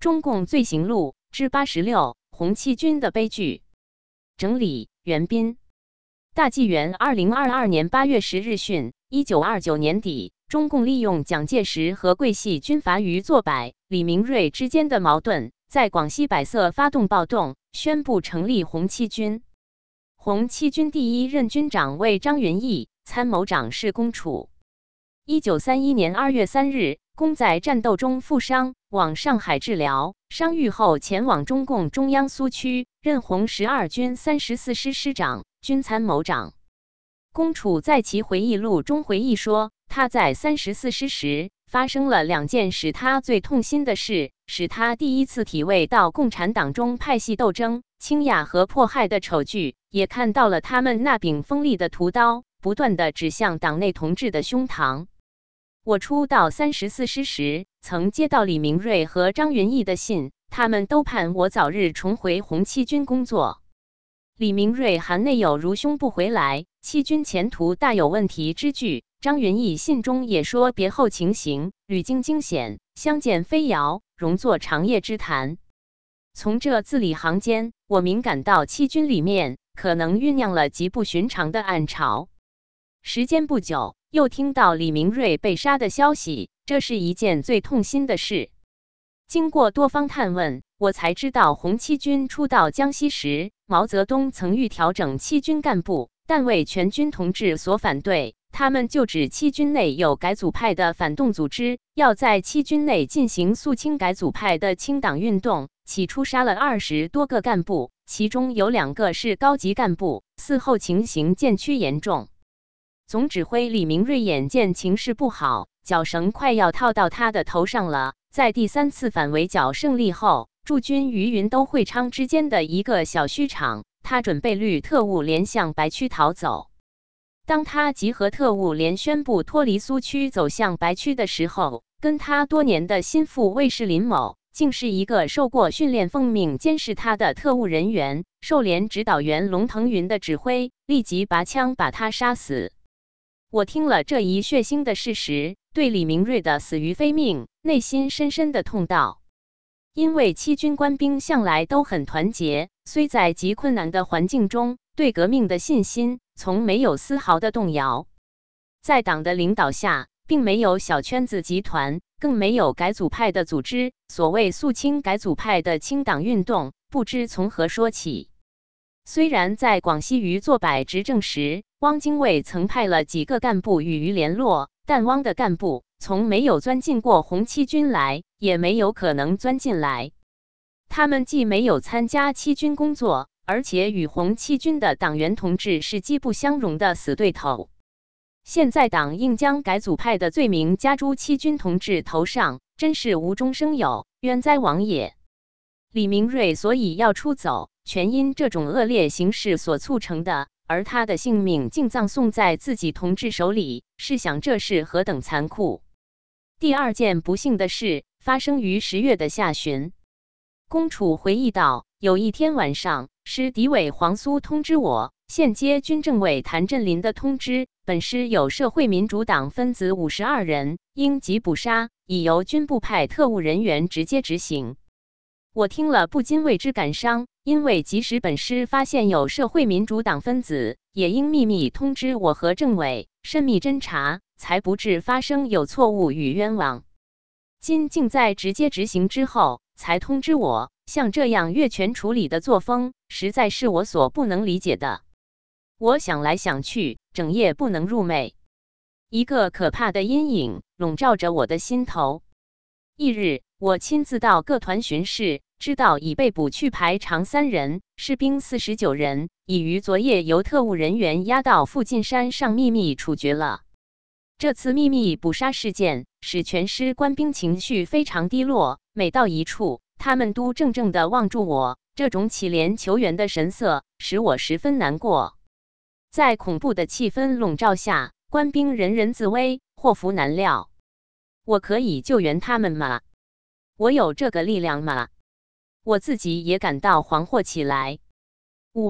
中共罪行录之86：红七军的悲剧。整理：袁斌。大纪元2022年8月10日讯，1929年底，中共利用蒋介石和桂系军阀于作柏、李明瑞之间的矛盾，在广西百色发动暴动，宣布成立红七军。红七军第一任军长为张云逸，参谋长是龚楚。1931年2月3日，龚在战斗中负伤，往上海治疗，伤愈后前往中共中央苏区，任红12军34师师长、军参谋长。龚楚在其回忆录中回忆说，他在34师时发生了2件使他最痛心的事，使他第一次体味到共产党中派系斗争、倾轧和迫害的丑剧，也看到了他们那柄锋利的屠刀不断地指向党内同志的胸膛。我初到34师时，曾接到李明瑞和张云逸的信，他们都盼我早日重回红七军工作。李明瑞含内有如兄不回来，七军前途大有问题之句。张云逸信中也说别后情形屡经惊险，相见非遥，容作长夜之谈。从这字里行间，我敏感到七军里面可能酝酿了极不寻常的暗潮。时间不久，又听到李明瑞被杀的消息，这是一件最痛心的事。经过多方探问，我才知道红七军初到江西时，毛泽东曾欲调整七军干部，但为全军同志所反对。他们就指七军内有改组派的反动组织，要在七军内进行肃清改组派的清党运动。起初杀了20多个干部，其中有2个是高级干部，嗣后情形渐趋严重。总指挥李明瑞眼见情势不好，绞绳快要套到他的头上了。在第3次反围剿胜利后，驻军于云都会昌之间的一个小墟场，他准备率特务连向白区逃走。当他集合特务连宣布脱离苏区走向白区的时候，跟他多年的心腹卫士林某，竟是一个受过训练奉命监视他的特务人员，受连指导员龙腾云的指挥，立即拔枪把他杀死。我听了这一血腥的事实，对李明瑞的死于非命，内心深深的痛悼。因为七军官兵向来都很团结，虽在极困难的环境中，对革命的信心从没有丝毫的动摇。在党的领导下，并没有小圈子集团，更没有改组派的组织。所谓肃清改组派的清党运动，不知从何说起。虽然在广西于作柏执政时，汪精卫曾派了几个干部与于联络，但汪的干部从没有钻进过红七军来，也没有可能钻进来。他们既没有参加七军工作，而且与红七军的党员同志是极不相容的死对头。现在党硬将改组派的罪名加诸七军同志头上，真是无中生有，冤哉枉也。李明瑞所以要出走，全因这种恶劣形势所促成的，而他的性命竟葬送在自己同志手里，试想这是何等残酷。第2件不幸的事发生于10月的下旬。龚楚回忆道，有一天晚上，师敌委黄苏通知我，现接军政委谭震林的通知，本师有社会民主党分子52人，应即捕杀，已由军部派特务人员直接执行。我听了不禁为之感伤，因为即使本师发现有社会民主党分子，也应秘密通知我和政委，慎密侦查，才不致发生有错误与冤枉。今竟在直接执行之后才通知我，像这样越权处理的作风，实在是我所不能理解的。我想来想去，整夜不能入寐，一个可怕的阴影笼罩着我的心头。翌日，我亲自到各团巡视，知道已被捕去排长3人，士兵49人，已于昨夜由特务人员押到附近山上秘密处决了。这次秘密捕杀事件使全师官兵情绪非常低落，每到一处，他们都怔怔地望住我，这种乞怜求援的神色使我十分难过。在恐怖的气氛笼罩下，官兵人人自危，祸福难料。我可以救援他们吗？我有这个力量吗？我自己也感到惶惑起来。午后，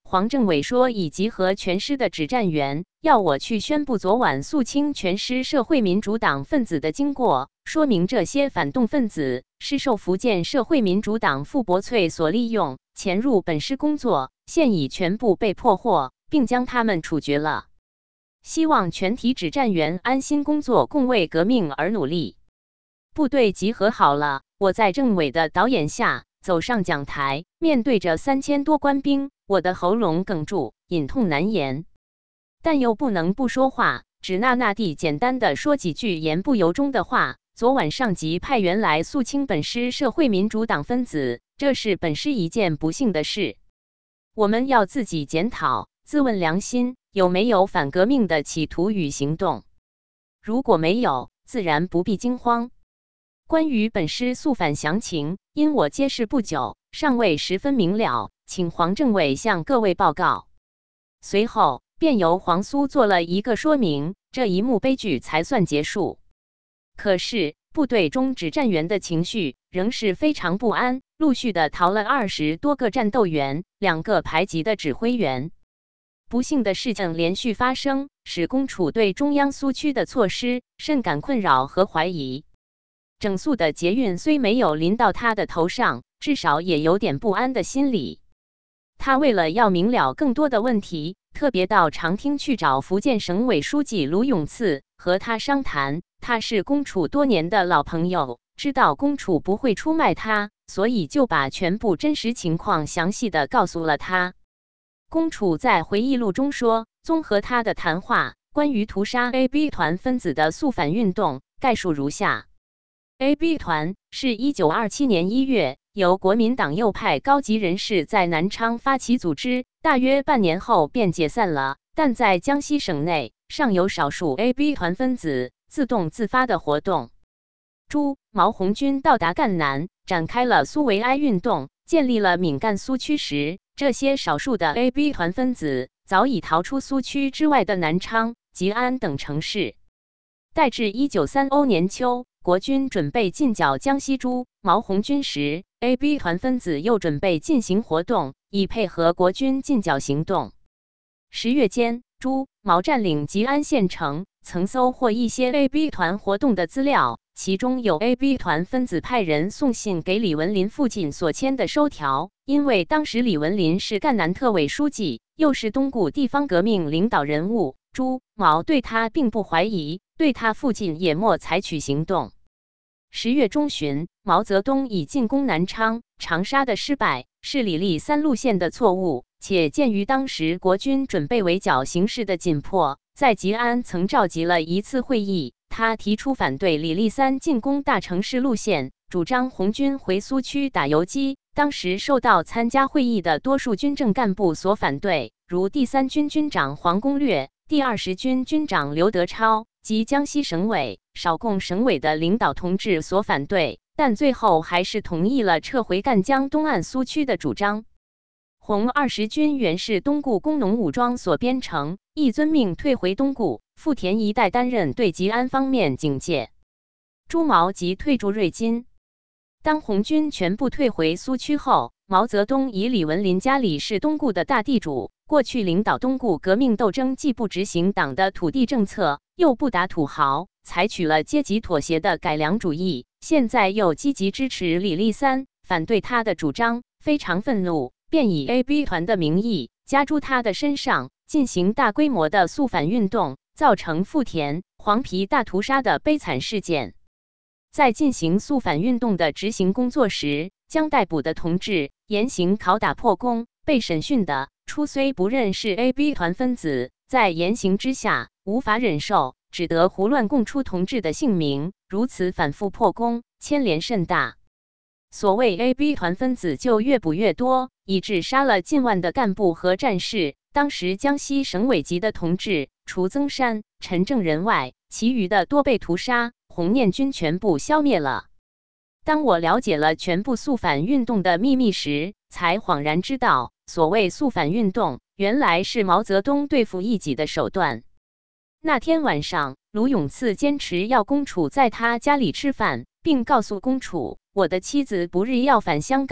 黄政委说已集合全师的指战员，要我去宣布昨晚肃清全师社会民主党分子的经过，说明这些反动分子是受福建社会民主党傅伯翠所利用，潜入本师工作，现已全部被破获，并将他们处决了。希望全体指战员安心工作，共为革命而努力。部队集合好了，我在政委的导演下走上讲台，面对着3000多官兵，我的喉咙哽住，隐痛难言，但又不能不说话，只那地简单的说几句言不由衷的话。昨晚上级派员来肃清本师社会民主党分子，这是本师一件不幸的事。我们要自己检讨，自问良心，有没有反革命的企图与行动？如果没有，自然不必惊慌。关于本师肃反详情，因我揭示不久，尚未十分明了，请黄政委向各位报告。随后便由黄苏做了一个说明，这一幕悲剧才算结束。可是部队中指战员的情绪仍是非常不安，陆续的逃了20多个战斗员，2个排级的指挥员。不幸的事情连续发生，使公署对中央苏区的措施甚感困扰和怀疑。整肃的捷运虽没有临到他的头上，至少也有点不安的心理。他为了要明了更多的问题，特别到长汀去找福建省委书记卢永赐，和他商谈。他是公署多年的老朋友，知道公署不会出卖他，所以就把全部真实情况详细的告诉了他。公署在回忆录中说，综合他的谈话，关于屠杀 AB 团分子的肃反运动概述如下。AB 团是1927年1月由国民党右派高级人士在南昌发起组织，大约半年后便解散了，但在江西省内尚有少数 AB 团分子自动自发的活动。朱、毛红军到达赣南，展开了苏维埃运动，建立了闽赣苏区时，这些少数的 AB 团分子早已逃出苏区之外的南昌、吉安等城市。待至1935年秋，国军准备进剿江西朱、毛红军时， AB 团分子又准备进行活动，以配合国军进剿行动。10月间，朱、毛占领吉安县城，曾搜获一些 AB 团活动的资料，其中有 AB 团分子派人送信给李文林父亲所签的收条。因为当时李文林是赣南特委书记，又是东固地方革命领导人物，朱、毛对他并不怀疑，对他父亲也莫采取行动。10月中旬，毛泽东以进攻南昌、长沙的失败是李立三路线的错误，且鉴于当时国军准备围剿形势的紧迫，在吉安曾召集了一次会议，他提出反对李立三进攻大城市路线，主张红军回苏区打游击。当时受到参加会议的多数军政干部所反对，如第3军军长黄公略、第20军军长刘德超及江西省委、少共省委的领导同志所反对，但最后还是同意了撤回赣江东岸苏区的主张。红20军原是东固工农武装所编成，亦遵命退回东固、富田一带担任对吉安方面警戒。朱、毛即退驻瑞金。当红军全部退回苏区后，毛泽东以李文林家里是东固的大地主，过去领导东固革命斗争，既不执行党的土地政策，又不打土豪，采取了阶级妥协的改良主义，现在又积极支持李立三，反对他的主张，非常愤怒，便以 AB 团的名义加诸他的身上，进行大规模的肃反运动，造成富田、黄陂大屠杀的悲惨事件。在进行肃反运动的执行工作时，将逮捕的同志严刑拷打破功，被审讯的初虽不认是 AB 团分子，在严刑之下无法忍受，只得胡乱供出同志的姓名，如此反复破功，牵连甚大。所谓 AB 团分子就越捕越多，以致杀了近万的干部和战士。当时江西省委级的同志，除曾山、陈正仁外，其余的多被屠杀，红念军全部消灭了。当我了解了全部肃反运动的秘密时，才恍然知道，所谓肃反运动，原来是毛泽东对付异己的手段。那天晚上，卢永赐坚持要公储在他家里吃饭，并告诉公储，我的妻子不日要返香港，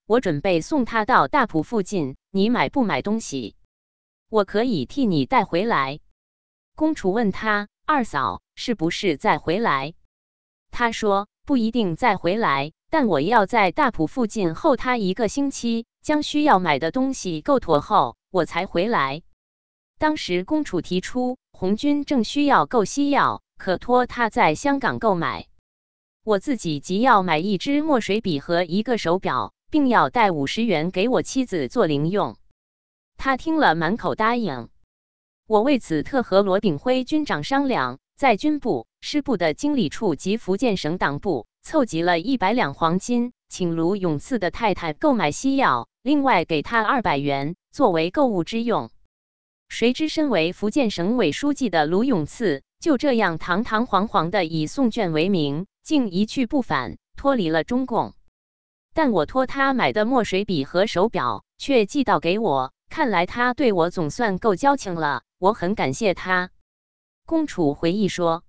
我准备送他到大埔附近，你买不买东西？我可以替你带回来。公主问他：二嫂是不是再回来？他说不一定再回来，但我要在大埔附近候他1个星期，将需要买的东西够妥后，我才回来。当时公主提出，红军正需要购西药，可托他在香港购买。我自己急要买1支墨水笔和1个手表，并要带50元给我妻子做零用。他听了满口答应。我为此特和罗炳辉军长商量，在军部、师部的经理处及福建省党部凑集了100两黄金，请卢永赐的太太购买西药，另外给他200元作为购物之用。谁知身为福建省委书记的卢永赐就这样堂堂皇皇的以送券为名，竟一去不返，脱离了中共。但我托他买的墨水笔和手表却寄到给我，看来他对我总算够交情了，我很感谢他。公主回忆说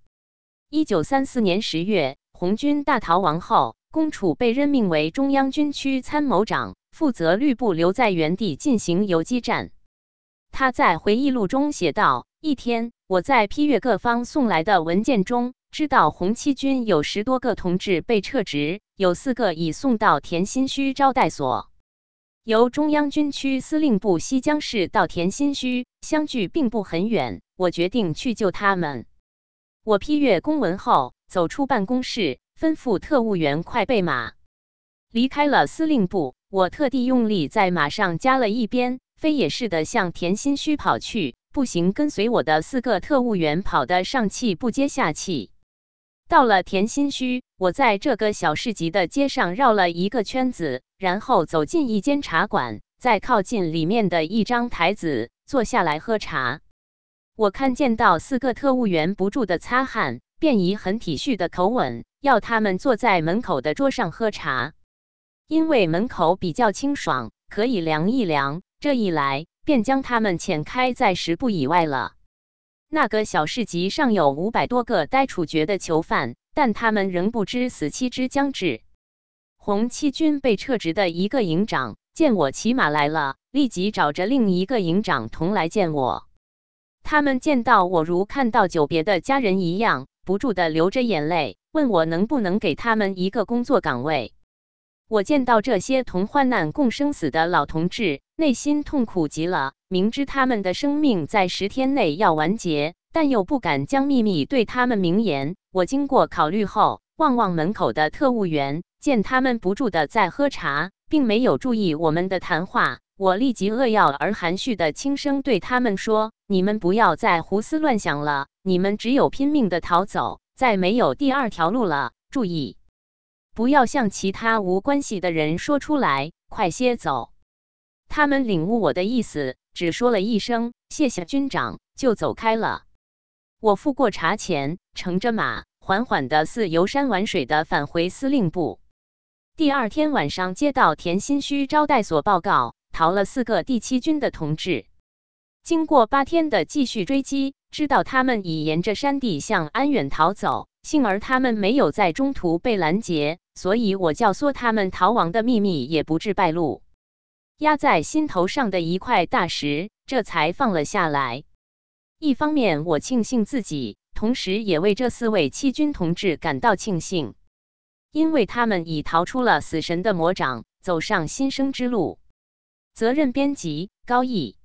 ，1934年10月，红军大逃亡后，公主被任命为中央军区参谋长，负责旅部留在原地进行游击战。他在回忆录中写道：一天，我在批阅各方送来的文件中，知道红七军有10多个同志被撤职，有4个已送到田心墟招待所。由中央军区司令部西江市到田心墟相距并不很远，我决定去救他们。我批阅公文后，走出办公室，吩咐特务员快备马。离开了司令部，我特地用力在马上加了一鞭，飞也似的向田心墟跑去。步行跟随我的4个特务员跑得上气不接下气。到了田心墟，我在这个小市集的街上绕了1个圈子，然后走进一间茶馆，在靠近里面的一张台子坐下来喝茶。我看见到4个特务员不住的擦汗，便以很体恤的口吻要他们坐在门口的桌上喝茶。因为门口比较清爽，可以凉一凉，这一来便将他们遣开在10步以外了。那个小市集上有500多个待处决的囚犯，但他们仍不知死期之将至。红七军被撤职的1个营长见我骑马来了，立即找着另1个营长同来见我。他们见到我如看到久别的家人一样，不住地流着眼泪，问我能不能给他们1个工作岗位。我见到这些同患难共生死的老同志，内心痛苦极了，明知他们的生命在10天内要完结，但又不敢将秘密对他们明言。我经过考虑后，望望门口的特务员，见他们不住地在喝茶，并没有注意我们的谈话，我立即扼要而含蓄地轻声对他们说：你们不要再胡思乱想了，你们只有拼命地逃走，再没有第2条路了，注意不要向其他无关系的人说出来，快些走。他们领悟我的意思，只说了一声谢谢军长，就走开了。我付过茶钱，乘着马，缓缓地似游山玩水地返回司令部。第2天晚上接到田心墟招待所报告，逃了4个第7军的同志。经过8天的继续追击，知道他们已沿着山地向安远逃走，幸而他们没有在中途被拦截，所以我教唆他们逃亡的秘密也不致败露。压在心头上的一块大石，这才放了下来。一方面我庆幸自己，同时也为这4位7军同志感到庆幸，因为他们已逃出了死神的魔掌，走上新生之路。责任编辑：高毅。